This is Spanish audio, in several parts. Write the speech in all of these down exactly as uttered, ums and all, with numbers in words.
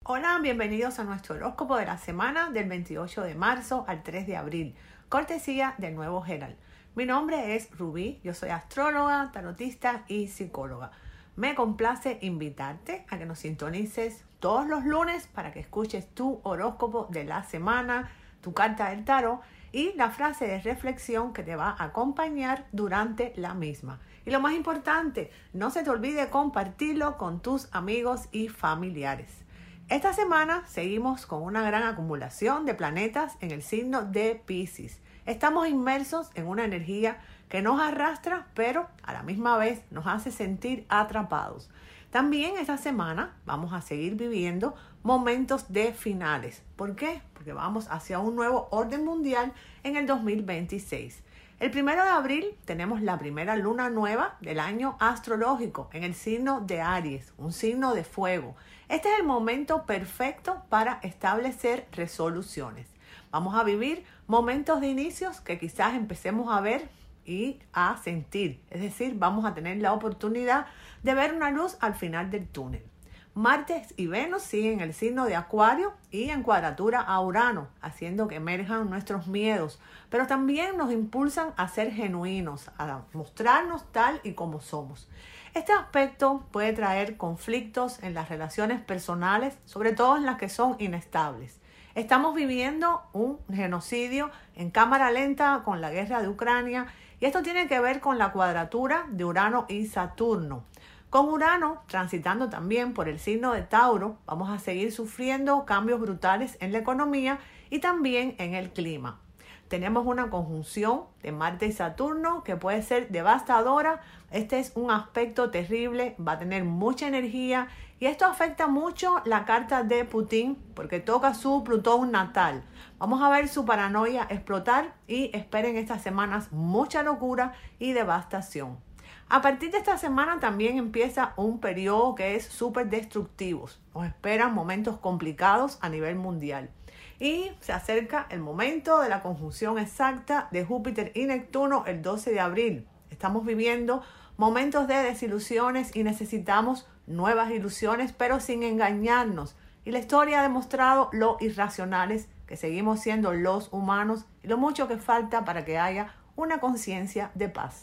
Hola, bienvenidos a nuestro horóscopo de la semana del veintiocho de marzo al tres de abril, cortesía del Nuevo Herald. Mi nombre es Rubí, yo soy astróloga, tarotista y psicóloga. Me complace invitarte a que nos sintonices todos los lunes para que escuches tu horóscopo de la semana, tu carta del tarot y la frase de reflexión que te va a acompañar durante la misma. Y lo más importante, no se te olvide compartirlo con tus amigos y familiares. Esta semana seguimos con una gran acumulación de planetas en el signo de Piscis. Estamos inmersos en una energía que nos arrastra, pero a la misma vez nos hace sentir atrapados. También esta semana vamos a seguir viviendo momentos de finales. ¿Por qué? Porque vamos hacia un nuevo orden mundial en el dos mil veintiséis. El primero de abril tenemos la primera luna nueva del año astrológico en el signo de Aries, un signo de fuego. Este es el momento perfecto para establecer resoluciones. Vamos a vivir momentos de inicios que quizás empecemos a ver y a sentir. Es decir, vamos a tener la oportunidad de ver una luz al final del túnel. Marte y Venus siguen en el signo de Acuario y en cuadratura a Urano, haciendo que emerjan nuestros miedos, pero también nos impulsan a ser genuinos, a mostrarnos tal y como somos. Este aspecto puede traer conflictos en las relaciones personales, sobre todo en las que son inestables. Estamos viviendo un genocidio en cámara lenta con la guerra de Ucrania y esto tiene que ver con la cuadratura de Urano y Saturno. Con Urano transitando también por el signo de Tauro, vamos a seguir sufriendo cambios brutales en la economía y también en el clima. Tenemos una conjunción de Marte y Saturno que puede ser devastadora. Este es un aspecto terrible, va a tener mucha energía y esto afecta mucho la carta de Putin porque toca su Plutón natal. Vamos a ver su paranoia explotar y esperen estas semanas mucha locura y devastación. A partir de esta semana también empieza un periodo que es súper destructivo. Nos esperan momentos complicados a nivel mundial. Y se acerca el momento de la conjunción exacta de Júpiter y Neptuno el doce de abril. Estamos viviendo momentos de desilusiones y necesitamos nuevas ilusiones, pero sin engañarnos. Y la historia ha demostrado lo irracionales que seguimos siendo los humanos y lo mucho que falta para que haya una conciencia de paz.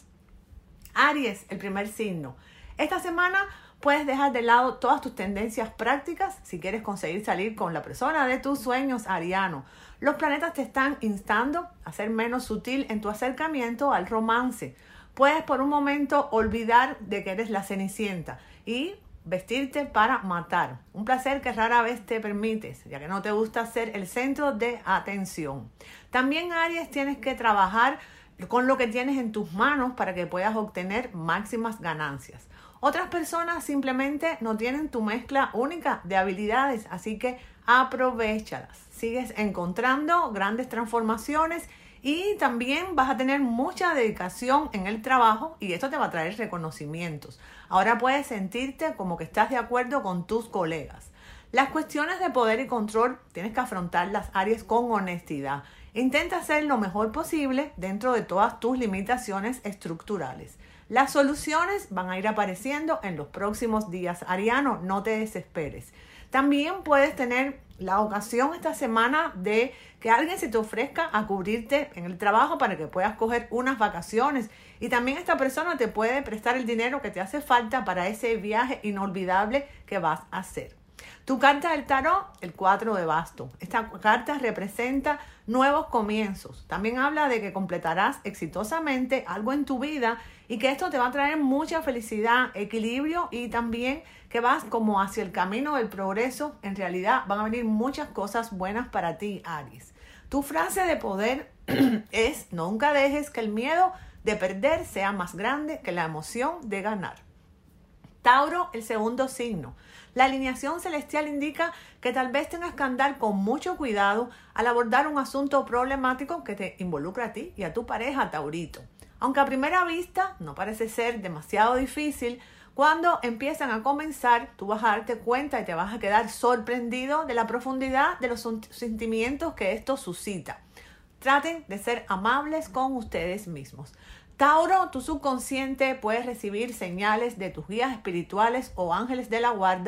Aries, el primer signo. Esta semana puedes dejar de lado todas tus tendencias prácticas si quieres conseguir salir con la persona de tus sueños, ariano. Los planetas te están instando a ser menos sutil en tu acercamiento al romance. Puedes por un momento olvidar de que eres la cenicienta y vestirte para matar. Un placer que rara vez te permites, ya que no te gusta ser el centro de atención. También, Aries, tienes que trabajar con lo que tienes en tus manos para que puedas obtener máximas ganancias. Otras personas simplemente no tienen tu mezcla única de habilidades, así que aprovéchalas. Sigues encontrando grandes transformaciones y también vas a tener mucha dedicación en el trabajo y esto te va a traer reconocimientos. Ahora puedes sentirte como que estás de acuerdo con tus colegas. Las cuestiones de poder y control tienes que afrontarlas, Aries, con honestidad. Intenta hacer lo mejor posible dentro de todas tus limitaciones estructurales. Las soluciones van a ir apareciendo en los próximos días, ariano, no te desesperes. También puedes tener la ocasión esta semana de que alguien se te ofrezca a cubrirte en el trabajo para que puedas coger unas vacaciones y también esta persona te puede prestar el dinero que te hace falta para ese viaje inolvidable que vas a hacer. Tu carta del tarot, el cuatro de bastos. Esta carta representa nuevos comienzos. También habla de que completarás exitosamente algo en tu vida y que esto te va a traer mucha felicidad, equilibrio y también que vas como hacia el camino del progreso. En realidad van a venir muchas cosas buenas para ti, Aries. Tu frase de poder es: nunca dejes que el miedo de perder sea más grande que la emoción de ganar. Tauro, el segundo signo. La alineación celestial indica que tal vez tengas que andar con mucho cuidado al abordar un asunto problemático que te involucra a ti y a tu pareja, Taurito. Aunque a primera vista no parece ser demasiado difícil, cuando empiezan a comenzar, tú vas a darte cuenta y te vas a quedar sorprendido de la profundidad de los sentimientos que esto suscita. Traten de ser amables con ustedes mismos. Tauro, tu subconsciente puede recibir señales de tus guías espirituales o ángeles de la guarda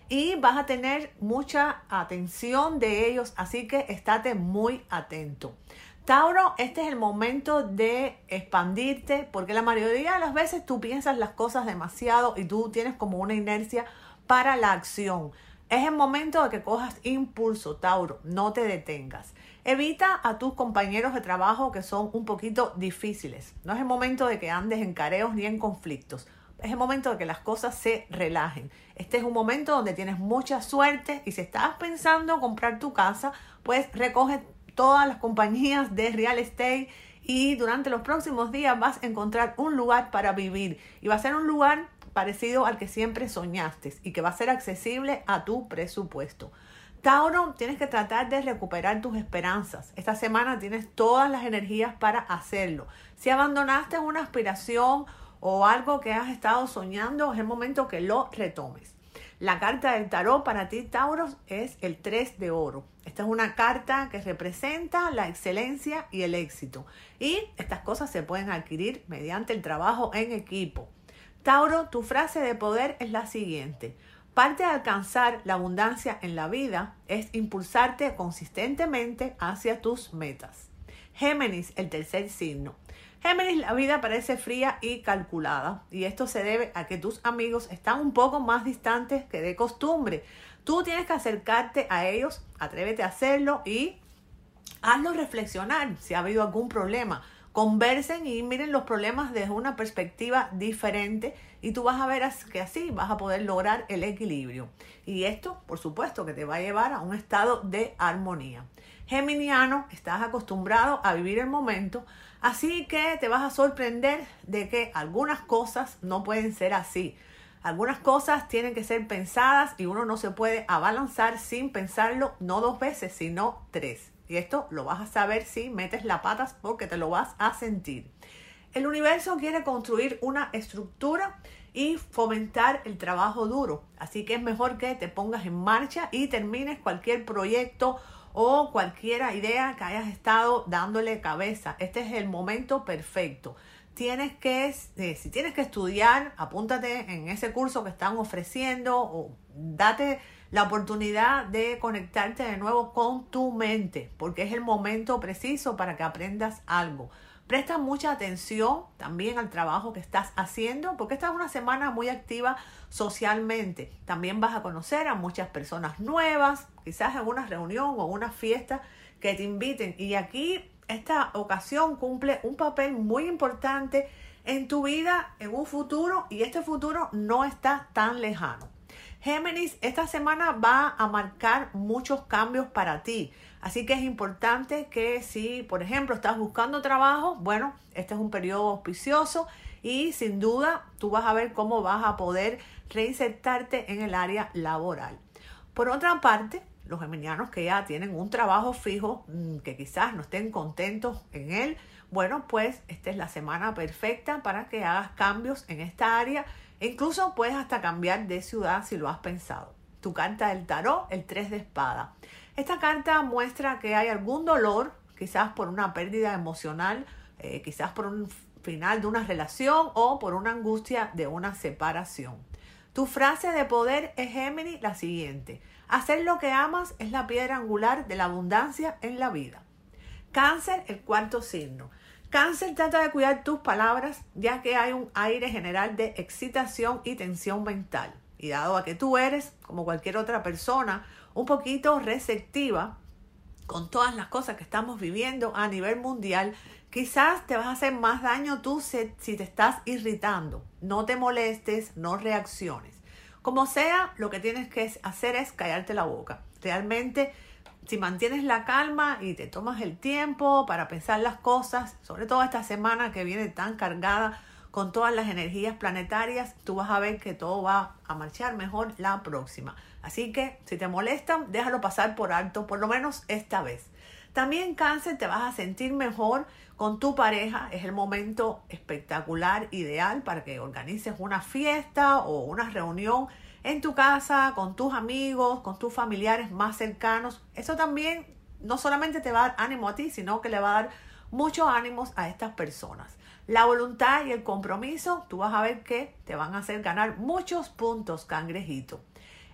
y vas a tener mucha atención de ellos, así que estate muy atento. Tauro, este es el momento de expandirte, porque la mayoría de las veces tú piensas las cosas demasiado y tú tienes como una inercia para la acción. Es el momento de que cojas impulso, Tauro, no te detengas. Evita a tus compañeros de trabajo que son un poquito difíciles. No es el momento de que andes en careos ni en conflictos. Es el momento de que las cosas se relajen. Este es un momento donde tienes mucha suerte y si estás pensando comprar tu casa, pues recoge todas las compañías de real estate y durante los próximos días vas a encontrar un lugar para vivir y va a ser un lugar parecido al que siempre soñaste y que va a ser accesible a tu presupuesto. Tauro, tienes que tratar de recuperar tus esperanzas. Esta semana tienes todas las energías para hacerlo. Si abandonaste una aspiración o algo que has estado soñando, es el momento que lo retomes. La carta del tarot para ti, Tauro, es el tres de oro. Esta es una carta que representa la excelencia y el éxito. Y estas cosas se pueden adquirir mediante el trabajo en equipo. Tauro, tu frase de poder es la siguiente. Parte de alcanzar la abundancia en la vida es impulsarte consistentemente hacia tus metas. Géminis, el tercer signo. Géminis, la vida parece fría y calculada y esto se debe a que tus amigos están un poco más distantes que de costumbre. Tú tienes que acercarte a ellos, atrévete a hacerlo y hazlos reflexionar si ha habido algún problema. Conversen y miren los problemas desde una perspectiva diferente y tú vas a ver que así vas a poder lograr el equilibrio. Y esto, por supuesto, que te va a llevar a un estado de armonía. Geminiano, estás acostumbrado a vivir el momento, así que te vas a sorprender de que algunas cosas no pueden ser así. Algunas cosas tienen que ser pensadas y uno no se puede abalanzar sin pensarlo no dos veces, sino tres. Y esto lo vas a saber si metes las patas porque te lo vas a sentir. El universo quiere construir una estructura y fomentar el trabajo duro. Así que es mejor que te pongas en marcha y termines cualquier proyecto o cualquier idea que hayas estado dándole cabeza. Este es el momento perfecto. Tienes que, eh, si tienes que estudiar, apúntate en ese curso que están ofreciendo o date la oportunidad de conectarte de nuevo con tu mente, porque es el momento preciso para que aprendas algo. Presta mucha atención también al trabajo que estás haciendo, porque esta es una semana muy activa socialmente. También vas a conocer a muchas personas nuevas, quizás en una reunión o una fiesta que te inviten. Y aquí esta ocasión cumple un papel muy importante en tu vida, en un futuro, y este futuro no está tan lejano. Géminis, esta semana va a marcar muchos cambios para ti. Así que es importante que si, por ejemplo, estás buscando trabajo, bueno, este es un periodo auspicioso y sin duda tú vas a ver cómo vas a poder reinsertarte en el área laboral. Por otra parte, los geminianos que ya tienen un trabajo fijo, que quizás no estén contentos en él, bueno, pues esta es la semana perfecta para que hagas cambios en esta área. E incluso puedes hasta cambiar de ciudad si lo has pensado. Tu carta del tarot, el tres de espada. Esta carta muestra que hay algún dolor, quizás por una pérdida emocional, eh, quizás por un final de una relación o por una angustia de una separación. Tu frase de poder es, Géminis, la siguiente. Hacer lo que amas es la piedra angular de la abundancia en la vida. Cáncer, el cuarto signo. Cáncer, trata de cuidar tus palabras, ya que hay un aire general de excitación y tensión mental. Y dado a que tú eres, como cualquier otra persona, un poquito receptiva con todas las cosas que estamos viviendo a nivel mundial, quizás te vas a hacer más daño tú si, si te estás irritando. No te molestes, no reacciones. Como sea, lo que tienes que hacer es callarte la boca. Realmente, si mantienes la calma y te tomas el tiempo para pensar las cosas, sobre todo esta semana que viene tan cargada con todas las energías planetarias, tú vas a ver que todo va a marchar mejor la próxima. Así que si te molestan, déjalo pasar por alto, por lo menos esta vez. También, Cáncer, te vas a sentir mejor con tu pareja. Es el momento espectacular, ideal para que organices una fiesta o una reunión en tu casa, con tus amigos, con tus familiares más cercanos. Eso también no solamente te va a dar ánimo a ti, sino que le va a dar muchos ánimos a estas personas. La voluntad y el compromiso, tú vas a ver que te van a hacer ganar muchos puntos, cangrejito.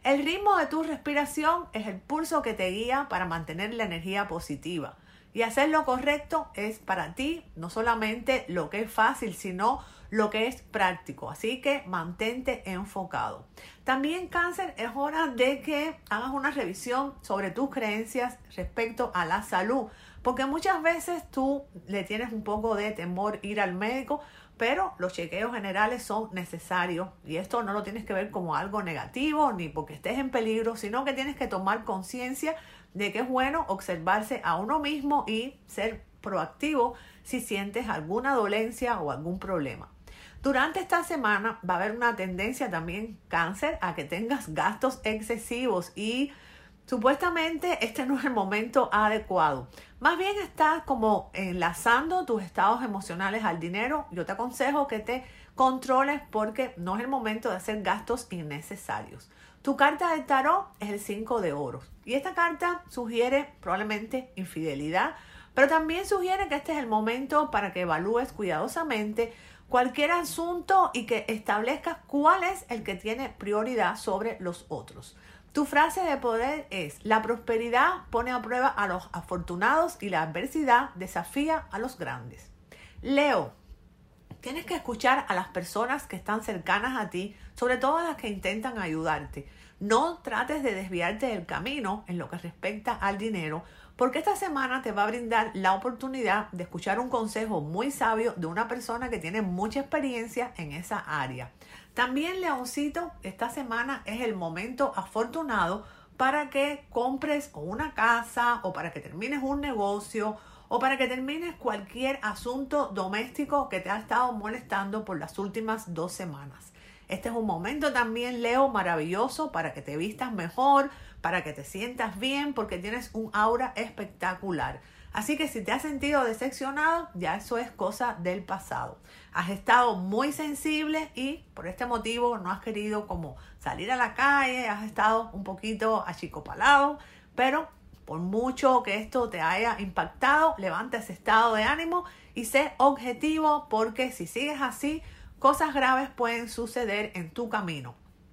El ritmo de tu respiración es el pulso que te guía para mantener la energía positiva. Y hacer lo correcto es para ti no solamente lo que es fácil, sino lo que es práctico. Así que mantente enfocado. También, Cáncer, es hora de que hagas una revisión sobre tus creencias respecto a la salud. Porque muchas veces tú le tienes un poco de temor ir al médico, pero los chequeos generales son necesarios. Y esto no lo tienes que ver como algo negativo ni porque estés en peligro, sino que tienes que tomar conciencia de que es bueno observarse a uno mismo y ser proactivo si sientes alguna dolencia o algún problema. Durante esta semana va a haber una tendencia también, Cáncer, a que tengas gastos excesivos y supuestamente este no es el momento adecuado. Más bien estás como enlazando tus estados emocionales al dinero. Yo te aconsejo que te controles porque no es el momento de hacer gastos innecesarios. Tu carta del tarot es el cinco de oros y esta carta sugiere probablemente infidelidad, pero también sugiere que este es el momento para que evalúes cuidadosamente cualquier asunto y que establezcas cuál es el que tiene prioridad sobre los otros. Tu frase de poder es: la prosperidad pone a prueba a los afortunados y la adversidad desafía a los grandes. Leo, tienes que escuchar a las personas que están cercanas a ti, sobre todo a las que intentan ayudarte. No trates de desviarte del camino en lo que respecta al dinero, porque esta semana te va a brindar la oportunidad de escuchar un consejo muy sabio de una persona que tiene mucha experiencia en esa área. También, Leoncito, esta semana es el momento afortunado para que compres o una casa o para que termines un negocio o para que termines cualquier asunto doméstico que te ha estado molestando por las últimas dos semanas. Este es un momento también, Leo, maravilloso para que te vistas mejor, para que te sientas bien, porque tienes un aura espectacular. Así que si te has sentido decepcionado, ya eso es cosa del pasado. Has estado muy sensible y por este motivo no has querido como salir a la calle, has estado un poquito achicopalado, pero por mucho que esto te haya impactado, levanta ese estado de ánimo y sé objetivo, porque si sigues así, cosas graves pueden suceder en tu camino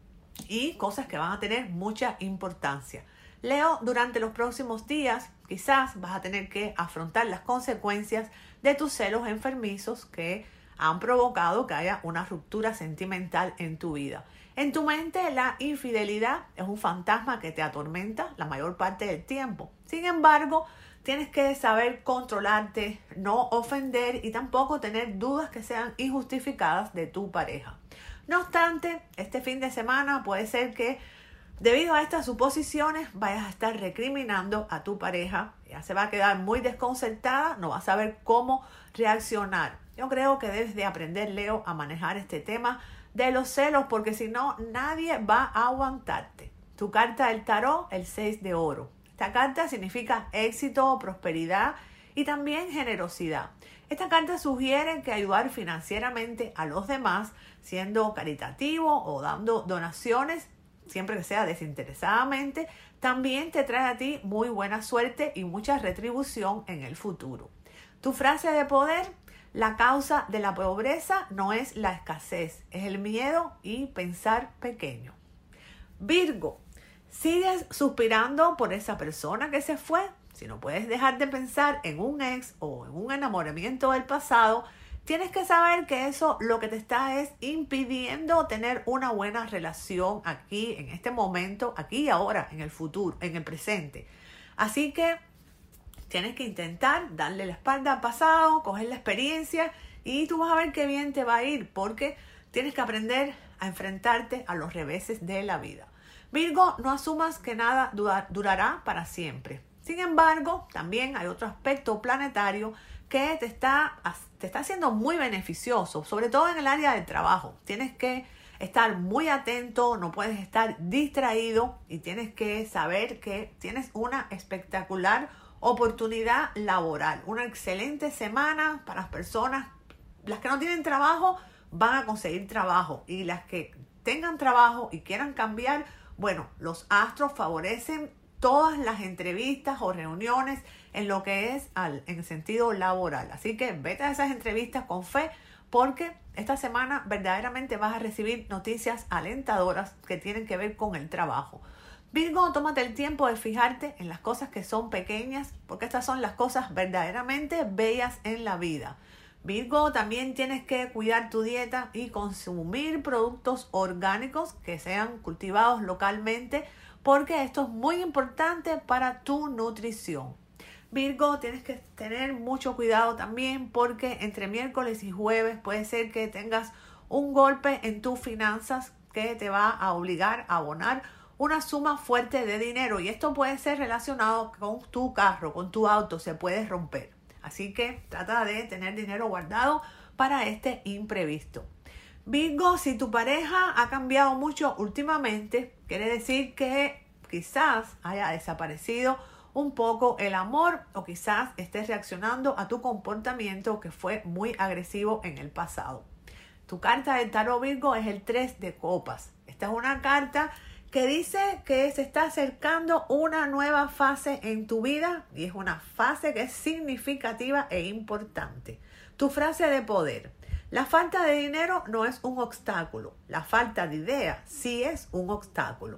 y cosas que van a tener mucha importancia. Leo, durante los próximos días quizás vas a tener que afrontar las consecuencias de tus celos enfermizos que han provocado que haya una ruptura sentimental en tu vida. En tu mente, la infidelidad es un fantasma que te atormenta la mayor parte del tiempo. Sin embargo, tienes que saber controlarte, no ofender y tampoco tener dudas que sean injustificadas de tu pareja. No obstante, este fin de semana puede ser que debido a estas suposiciones vayas a estar recriminando a tu pareja. Ya se va a quedar muy desconcertada, no va a saber cómo reaccionar. Yo creo que debes de aprender, Leo, a manejar este tema de los celos, porque si no, nadie va a aguantarte. Tu carta del tarot, el seis de oro. Esta carta significa éxito, prosperidad y también generosidad. Esta carta sugiere que ayudar financieramente a los demás, siendo caritativo o dando donaciones, siempre que sea desinteresadamente, también te trae a ti muy buena suerte y mucha retribución en el futuro. Tu frase de poder: la causa de la pobreza no es la escasez, es el miedo y pensar pequeño. Virgo, ¿sigues suspirando por esa persona que se fue? Si no puedes dejar de pensar en un ex o en un enamoramiento del pasado, tienes que saber que eso lo que te está es impidiendo tener una buena relación aquí, en este momento, aquí y ahora, en el futuro, en el presente. Así que tienes que intentar darle la espalda al pasado, coger la experiencia y tú vas a ver qué bien te va a ir, porque tienes que aprender a enfrentarte a los reveses de la vida. Virgo, no asumas que nada dura, durará para siempre. Sin embargo, también hay otro aspecto planetario que te está, te está haciendo muy beneficioso, sobre todo en el área del trabajo. Tienes que estar muy atento, no puedes estar distraído y tienes que saber que tienes una espectacular oportunidad laboral. Una excelente semana para las personas. Las que no tienen trabajo van a conseguir trabajo y las que tengan trabajo y quieran cambiar, bueno, los astros favorecen todas las entrevistas o reuniones en lo que es al, en el sentido laboral. Así que vete a esas entrevistas con fe, porque esta semana verdaderamente vas a recibir noticias alentadoras que tienen que ver con el trabajo. Virgo, tómate el tiempo de fijarte en las cosas que son pequeñas, porque estas son las cosas verdaderamente bellas en la vida. Virgo, también tienes que cuidar tu dieta y consumir productos orgánicos que sean cultivados localmente, porque esto es muy importante para tu nutrición. Virgo, tienes que tener mucho cuidado también porque entre miércoles y jueves puede ser que tengas un golpe en tus finanzas que te va a obligar a abonar una suma fuerte de dinero, y esto puede ser relacionado con tu carro, con tu auto, se puede romper. Así que trata de tener dinero guardado para este imprevisto. Virgo, si tu pareja ha cambiado mucho últimamente, quiere decir que quizás haya desaparecido un poco el amor, o quizás estés reaccionando a tu comportamiento que fue muy agresivo en el pasado. Tu carta del tarot, Virgo, es el tres de copas. Esta es una carta que dice que se está acercando una nueva fase en tu vida, y es una fase que es significativa e importante. Tu frase de poder: la falta de dinero no es un obstáculo, la falta de ideas sí es un obstáculo.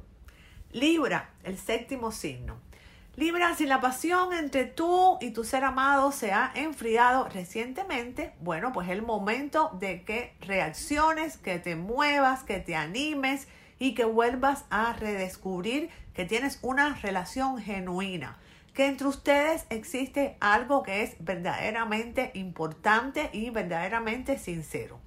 Libra, el séptimo signo. Libra, si la pasión entre tú y tu ser amado se ha enfriado recientemente, bueno, pues es el momento de que reacciones, que te muevas, que te animes y que vuelvas a redescubrir que tienes una relación genuina, que entre ustedes existe algo que es verdaderamente importante y verdaderamente sincero.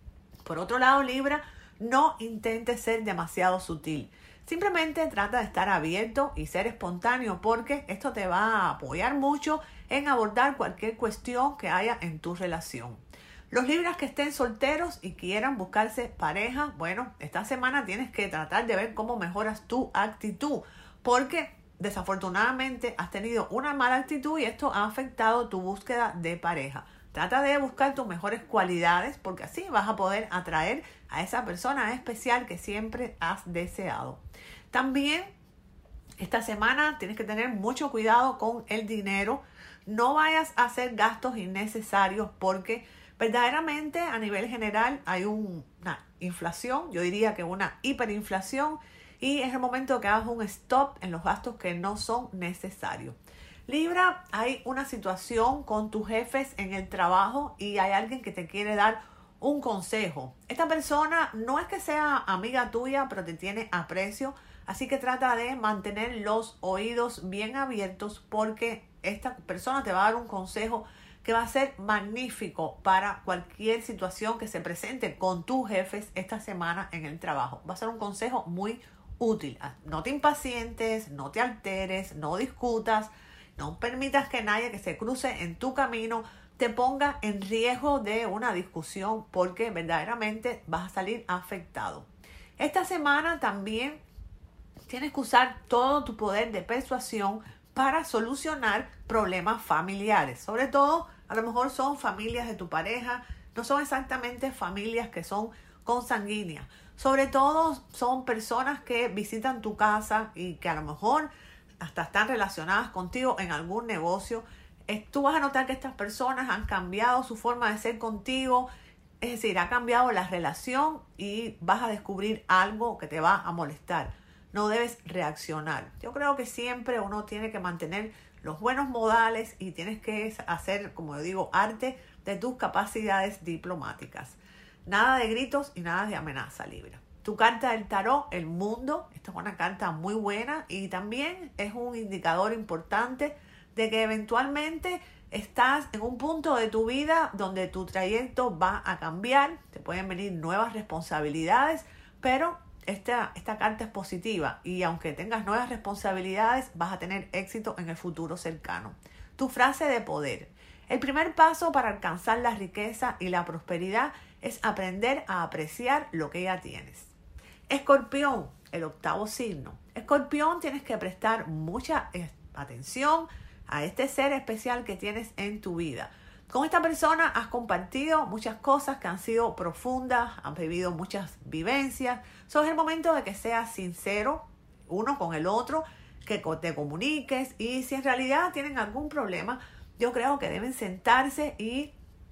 Por otro lado, Libra, no intentes ser demasiado sutil. Simplemente trata de estar abierto y ser espontáneo, porque esto te va a apoyar mucho en abordar cualquier cuestión que haya en tu relación. Los Libras que estén solteros y quieran buscarse pareja, bueno, esta semana tienes que tratar de ver cómo mejoras tu actitud, porque desafortunadamente has tenido una mala actitud y esto ha afectado tu búsqueda de pareja. Trata de buscar tus mejores cualidades, porque así vas a poder atraer a esa persona especial que siempre has deseado. También esta semana tienes que tener mucho cuidado con el dinero. No vayas a hacer gastos innecesarios, porque verdaderamente a nivel general hay un, una inflación, yo diría que una hiperinflación, y es el momento que hagas un stop en los gastos que no son necesarios. Libra, hay una situación con tus jefes en el trabajo y hay alguien que te quiere dar un consejo. Esta persona no es que sea amiga tuya, pero te tiene aprecio, así que trata de mantener los oídos bien abiertos, porque esta persona te va a dar un consejo que va a ser magnífico para cualquier situación que se presente con tus jefes esta semana en el trabajo. Va a ser un consejo muy útil. No te impacientes, no te alteres, no discutas, no permitas que nadie que se cruce en tu camino te ponga en riesgo de una discusión, porque verdaderamente vas a salir afectado. Esta semana también tienes que usar todo tu poder de persuasión para solucionar problemas familiares. Sobre todo, a lo mejor son familias de tu pareja, no son exactamente familias que son consanguíneas. Sobre todo son personas que visitan tu casa y que a lo mejor hasta están relacionadas contigo en algún negocio. Tú vas a notar que estas personas han cambiado su forma de ser contigo, es decir, ha cambiado la relación y vas a descubrir algo que te va a molestar. No debes reaccionar. Yo creo que siempre uno tiene que mantener los buenos modales y tienes que hacer, como yo digo, arte de tus capacidades diplomáticas. Nada de gritos y nada de amenaza, Libra. Tu carta del tarot, el mundo, esta es una carta muy buena y también es un indicador importante de que eventualmente estás en un punto de tu vida donde tu trayecto va a cambiar, te pueden venir nuevas responsabilidades, pero esta, esta carta es positiva y aunque tengas nuevas responsabilidades vas a tener éxito en el futuro cercano. Tu frase de poder: el primer paso para alcanzar la riqueza y la prosperidad es aprender a apreciar lo que ya tienes. Escorpión, el octavo signo. Escorpión, tienes que prestar mucha atención a este ser especial que tienes en tu vida. Con esta persona has compartido muchas cosas que han sido profundas, han vivido muchas vivencias. So, es el momento de que seas sincero uno con el otro, que te comuniques, y si en realidad tienen algún problema, yo creo que deben sentarse y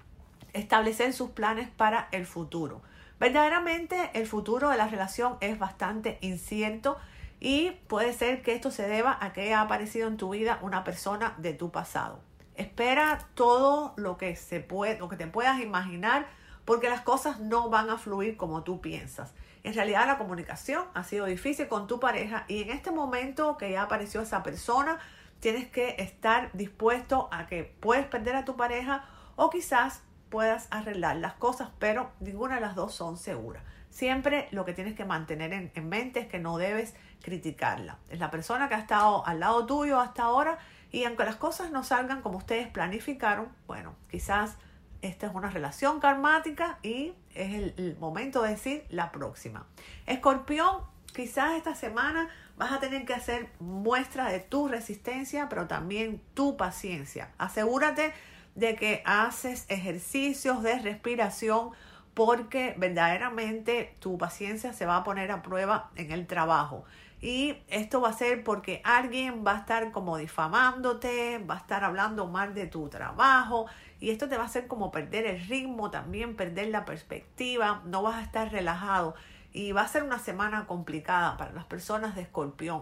establecer sus planes para el futuro. Verdaderamente el futuro de la relación es bastante incierto y puede ser que esto se deba a que haya aparecido en tu vida una persona de tu pasado. Espera todo lo que, se puede, lo que te puedas imaginar, porque las cosas no van a fluir como tú piensas. En realidad la comunicación ha sido difícil con tu pareja y en este momento que ya apareció esa persona, tienes que estar dispuesto a que puedes perder a tu pareja o quizás puedas arreglar las cosas, pero ninguna de las dos son seguras. Siempre lo que tienes que mantener en, en mente es que no debes criticarla. Es la persona que ha estado al lado tuyo hasta ahora y aunque las cosas no salgan como ustedes planificaron, bueno, quizás esta es una relación karmática y es el, el momento de decir la próxima. Escorpión, quizás esta semana vas a tener que hacer muestra de tu resistencia, pero también tu paciencia. Asegúrate de que haces ejercicios de respiración porque verdaderamente tu paciencia se va a poner a prueba en el trabajo. Y esto va a ser porque alguien va a estar como difamándote, va a estar hablando mal de tu trabajo y esto te va a hacer como perder el ritmo, también perder la perspectiva, no vas a estar relajado y va a ser una semana complicada para las personas de Escorpión.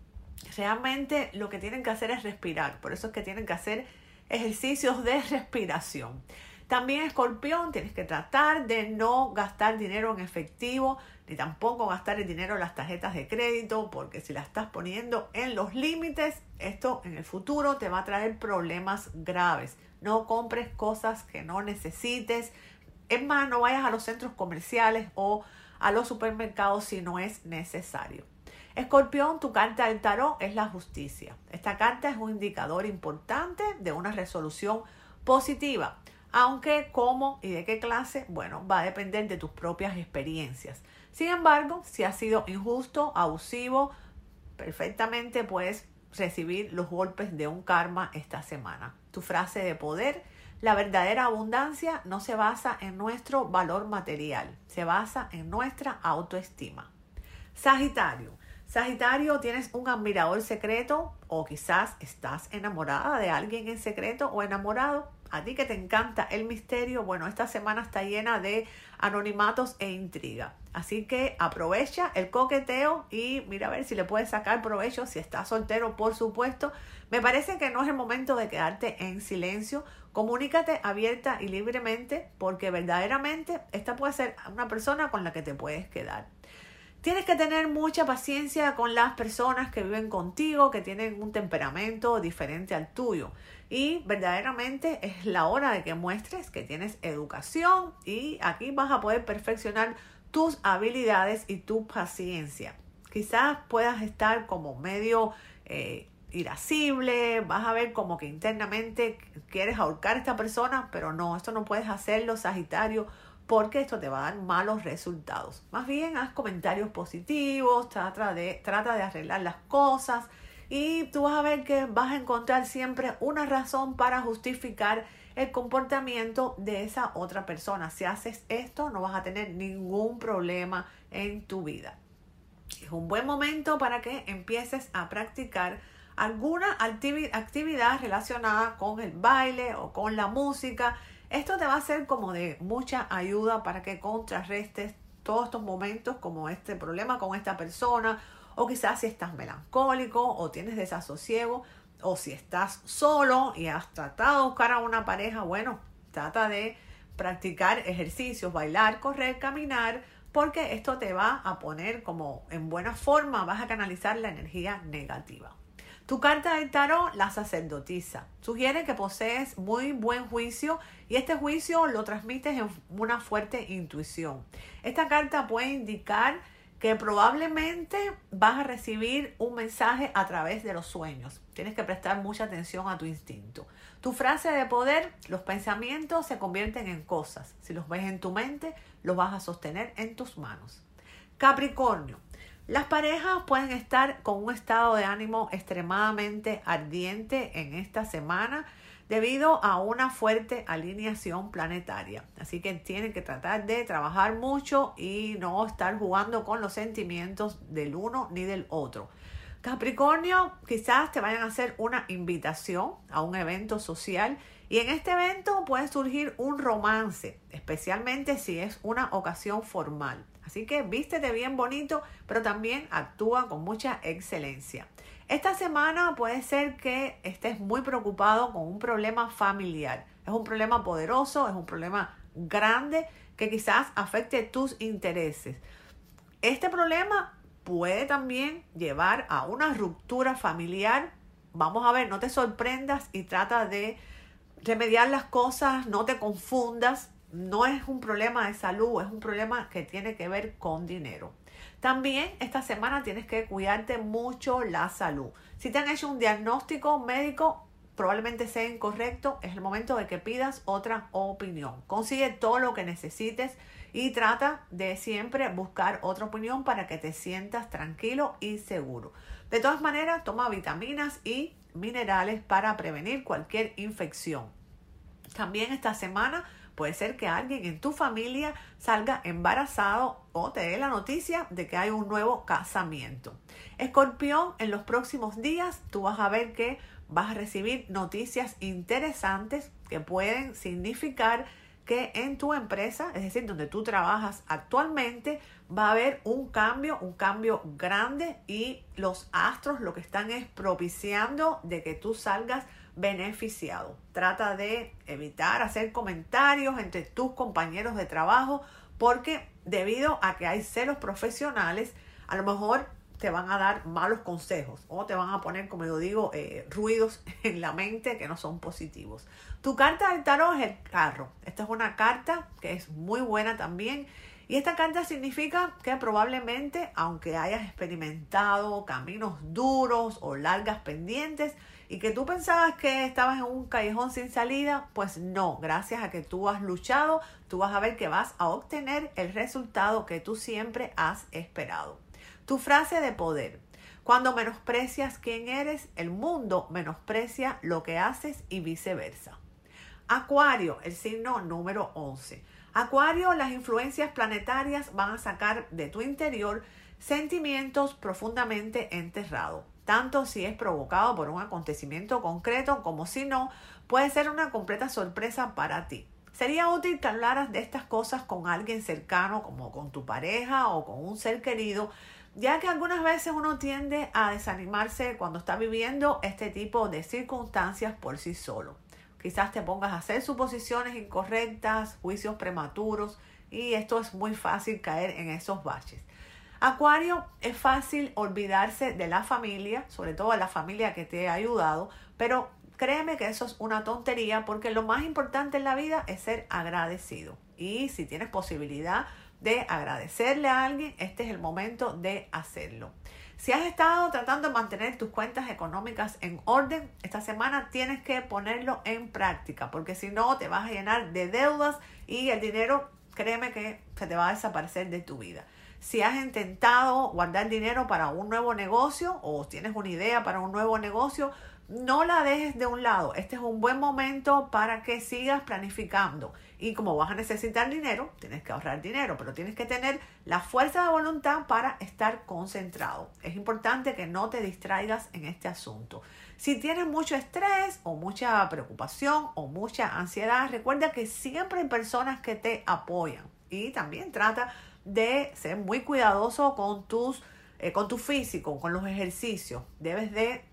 Realmente lo que tienen que hacer es respirar, por eso es que tienen que hacer ejercicios de respiración. También Escorpión, tienes que tratar de no gastar dinero en efectivo, ni tampoco gastar el dinero en las tarjetas de crédito, porque si la estás poniendo en los límites, esto en el futuro te va a traer problemas graves. No compres cosas que no necesites. Es más, no vayas a los centros comerciales o a los supermercados si no es necesario. Escorpión, tu carta del tarot es la justicia. Esta carta es un indicador importante de una resolución positiva. Aunque cómo y de qué clase, bueno, va a depender de tus propias experiencias. Sin embargo, si ha sido injusto, abusivo, perfectamente puedes recibir los golpes de un karma esta semana. Tu frase de poder: la verdadera abundancia no se basa en nuestro valor material, se basa en nuestra autoestima. Sagitario. Sagitario, tienes un admirador secreto o quizás estás enamorada de alguien en secreto o enamorado. A ti que te encanta el misterio, bueno, esta semana está llena de anonimatos e intriga. Así que aprovecha el coqueteo y mira a ver si le puedes sacar provecho. Si estás soltero, por supuesto. Me parece que no es el momento de quedarte en silencio. Comunícate abierta y libremente porque verdaderamente esta puede ser una persona con la que te puedes quedar. Tienes que tener mucha paciencia con las personas que viven contigo, que tienen un temperamento diferente al tuyo. Y verdaderamente es la hora de que muestres que tienes educación y aquí vas a poder perfeccionar tus habilidades y tu paciencia. Quizás puedas estar como medio eh, irascible, vas a ver como que internamente quieres ahorcar a esta persona, pero no, esto no puedes hacerlo, Sagitario, porque esto te va a dar malos resultados. Más bien haz comentarios positivos, trata de, trata de arreglar las cosas y tú vas a ver que vas a encontrar siempre una razón para justificar el comportamiento de esa otra persona. Si haces esto, no vas a tener ningún problema en tu vida. Es un buen momento para que empieces a practicar alguna actividad relacionada con el baile o con la música. Esto te va a ser como de mucha ayuda para que contrarrestes todos estos momentos como este problema con esta persona o quizás si estás melancólico o tienes desasosiego o si estás solo y has tratado de buscar a una pareja, bueno, trata de practicar ejercicios, bailar, correr, caminar, porque esto te va a poner como en buena forma, vas a canalizar la energía negativa. Tu carta del tarot, la sacerdotisa, sugiere que posees muy buen juicio y este juicio lo transmites en una fuerte intuición. Esta carta puede indicar que probablemente vas a recibir un mensaje a través de los sueños. Tienes que prestar mucha atención a tu instinto. Tu frase de poder: los pensamientos se convierten en cosas. Si los ves en tu mente, los vas a sostener en tus manos. Capricornio. Las parejas pueden estar con un estado de ánimo extremadamente ardiente en esta semana debido a una fuerte alineación planetaria. Así que tienen que tratar de trabajar mucho y no estar jugando con los sentimientos del uno ni del otro. Capricornio, quizás te vayan a hacer una invitación a un evento social y en este evento puede surgir un romance, especialmente si es una ocasión formal. Así que vístete bien bonito, pero también actúa con mucha excelencia. Esta semana puede ser que estés muy preocupado con un problema familiar. Es un problema poderoso, es un problema grande que quizás afecte tus intereses. Este problema puede también llevar a una ruptura familiar. Vamos a ver, no te sorprendas y trata de remediar las cosas, no te confundas. No es un problema de salud, es un problema que tiene que ver con dinero. También esta semana tienes que cuidarte mucho la salud. Si te han hecho un diagnóstico médico, probablemente sea incorrecto, es el momento de que pidas otra opinión. Consigue todo lo que necesites y trata de siempre buscar otra opinión para que te sientas tranquilo y seguro. De todas maneras, toma vitaminas y minerales para prevenir cualquier infección. También esta semana puede ser que alguien en tu familia salga embarazado o te dé la noticia de que hay un nuevo casamiento. Escorpión, en los próximos días tú vas a ver que vas a recibir noticias interesantes que pueden significar que en tu empresa, es decir, donde tú trabajas actualmente, va a haber un cambio, un cambio grande y los astros lo que están es propiciando de que tú salgas beneficiado. Trata de evitar hacer comentarios entre tus compañeros de trabajo porque debido a que hay celos profesionales, a lo mejor te van a dar malos consejos o te van a poner, como yo digo, eh, ruidos en la mente que no son positivos. Tu carta del tarot es el carro. Esta es una carta que es muy buena también. Y esta carta significa que probablemente, aunque hayas experimentado caminos duros o largas pendientes y que tú pensabas que estabas en un callejón sin salida, pues no, gracias a que tú has luchado, tú vas a ver que vas a obtener el resultado que tú siempre has esperado. Tu frase de poder: cuando menosprecias quién eres, el mundo menosprecia lo que haces y viceversa. Acuario, el signo número once. Acuario, las influencias planetarias van a sacar de tu interior sentimientos profundamente enterrados. Tanto si es provocado por un acontecimiento concreto como si no, puede ser una completa sorpresa para ti. Sería útil que hablaras de estas cosas con alguien cercano, como con tu pareja o con un ser querido, ya que algunas veces uno tiende a desanimarse cuando está viviendo este tipo de circunstancias por sí solo. Quizás te pongas a hacer suposiciones incorrectas, juicios prematuros, y esto es muy fácil caer en esos baches. Acuario, es fácil olvidarse de la familia, sobre todo de la familia que te ha ayudado, pero créeme que eso es una tontería porque lo más importante en la vida es ser agradecido. Y si tienes posibilidad de agradecerle a alguien, este es el momento de hacerlo. Si has estado tratando de mantener tus cuentas económicas en orden, esta semana tienes que ponerlo en práctica, porque si no te vas a llenar de deudas y el dinero, créeme que se te va a desaparecer de tu vida. Si has intentado guardar dinero para un nuevo negocio o tienes una idea para un nuevo negocio, no la dejes de un lado. Este es un buen momento para que sigas planificando. Y como vas a necesitar dinero, tienes que ahorrar dinero, pero tienes que tener la fuerza de voluntad para estar concentrado. Es importante que no te distraigas en este asunto. Si tienes mucho estrés o mucha preocupación o mucha ansiedad, recuerda que siempre hay personas que te apoyan. Y también trata de ser muy cuidadoso con, tus, eh, con tu físico, con los ejercicios. Debes de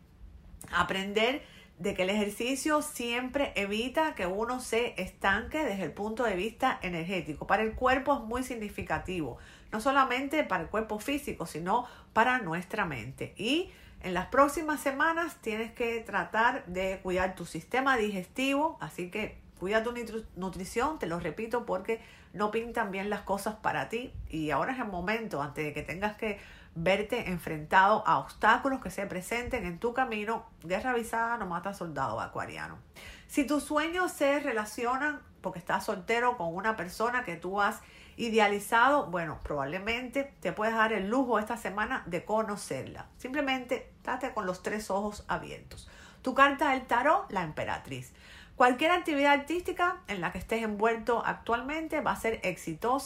aprender de que el ejercicio siempre evita que uno se estanque desde el punto de vista energético. Para el cuerpo es muy significativo, no solamente para el cuerpo físico, sino para nuestra mente. Y en las próximas semanas tienes que tratar de cuidar tu sistema digestivo, así que cuida tu nutrición, te lo repito, porque no pintan bien las cosas para ti. Y ahora es el momento, antes de que tengas que verte enfrentado a obstáculos que se presenten en tu camino, guerra avisada no mata soldado, acuariano. Si tus sueños se relacionan porque estás soltero con una persona que tú has idealizado, bueno, probablemente te puedes dar el lujo esta semana de conocerla. Simplemente date con los tres ojos abiertos. Tu carta del tarot, la emperatriz. Cualquier actividad artística en la que estés envuelto actualmente va a ser exitosa.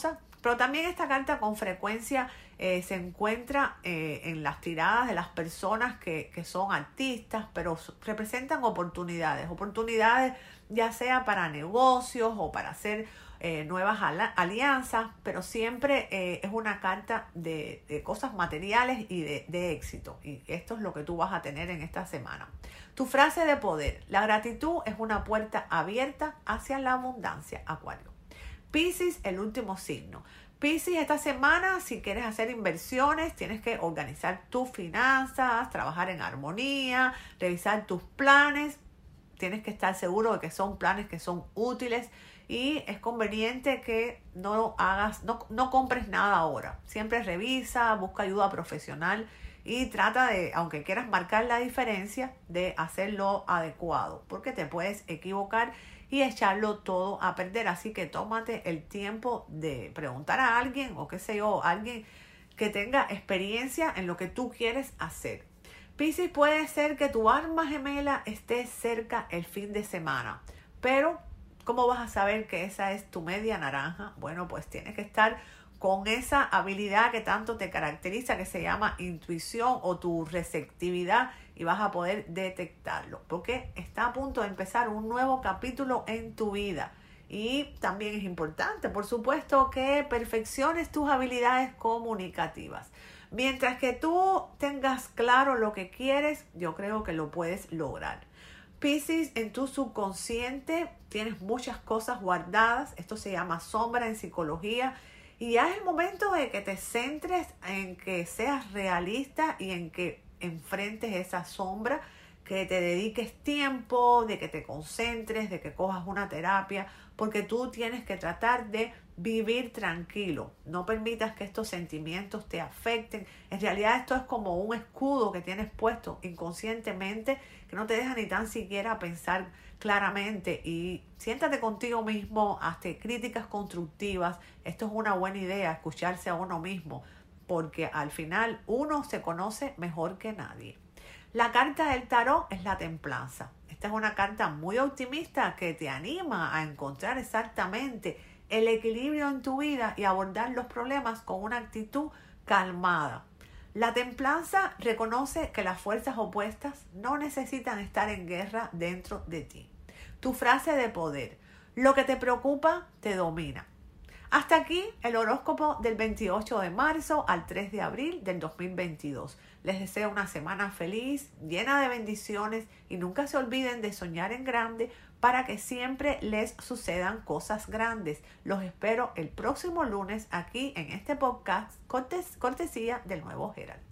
Pero también esta carta con frecuencia eh, se encuentra eh, en las tiradas de las personas que, que son artistas, pero representan oportunidades, oportunidades ya sea para negocios o para hacer eh, nuevas alianzas, pero siempre eh, es una carta de, de cosas materiales y de, de éxito. Y esto es lo que tú vas a tener en esta semana. Tu frase de poder: la gratitud es una puerta abierta hacia la abundancia, Acuario. Piscis, el último signo. Piscis, esta semana, si quieres hacer inversiones, tienes que organizar tus finanzas, trabajar en armonía, revisar tus planes. Tienes que estar seguro de que son planes que son útiles y es conveniente que no hagas, no, no compres nada ahora. Siempre revisa, busca ayuda profesional y trata de, aunque quieras marcar la diferencia, de hacerlo adecuado, porque te puedes equivocar y echarlo todo a perder. Así que tómate el tiempo de preguntar a alguien o qué sé yo, alguien que tenga experiencia en lo que tú quieres hacer. Piscis, puede ser que tu alma gemela esté cerca el fin de semana, pero ¿cómo vas a saber que esa es tu media naranja? Bueno, pues tienes que estar con esa habilidad que tanto te caracteriza, que se llama intuición o tu receptividad, y vas a poder detectarlo, porque está a punto de empezar un nuevo capítulo en tu vida. Y también es importante, por supuesto, que perfecciones tus habilidades comunicativas. Mientras que tú tengas claro lo que quieres, yo creo que lo puedes lograr. Piscis, en tu subconsciente tienes muchas cosas guardadas. Esto se llama sombra en psicología. Y ya es el momento de que te centres en que seas realista y en que enfrentes esa sombra, que te dediques tiempo, de que te concentres, de que cojas una terapia, porque tú tienes que tratar de vivir tranquilo. No permitas que estos sentimientos te afecten. En realidad esto es como un escudo que tienes puesto inconscientemente, que no te deja ni tan siquiera pensar claramente. Y siéntate contigo mismo, hazte críticas constructivas. Esto es una buena idea, escucharse a uno mismo, porque al final uno se conoce mejor que nadie. La carta del tarot es la templanza. Esta es una carta muy optimista que te anima a encontrar exactamente el equilibrio en tu vida y abordar los problemas con una actitud calmada. La templanza reconoce que las fuerzas opuestas no necesitan estar en guerra dentro de ti. Tu frase de poder: lo que te preocupa te domina. Hasta aquí el horóscopo del veintiocho de marzo al tres de abril del dos mil veintidós. Les deseo una semana feliz, llena de bendiciones, y nunca se olviden de soñar en grande para que siempre les sucedan cosas grandes. Los espero el próximo lunes aquí en este podcast cortes- cortesía del Nuevo Herald.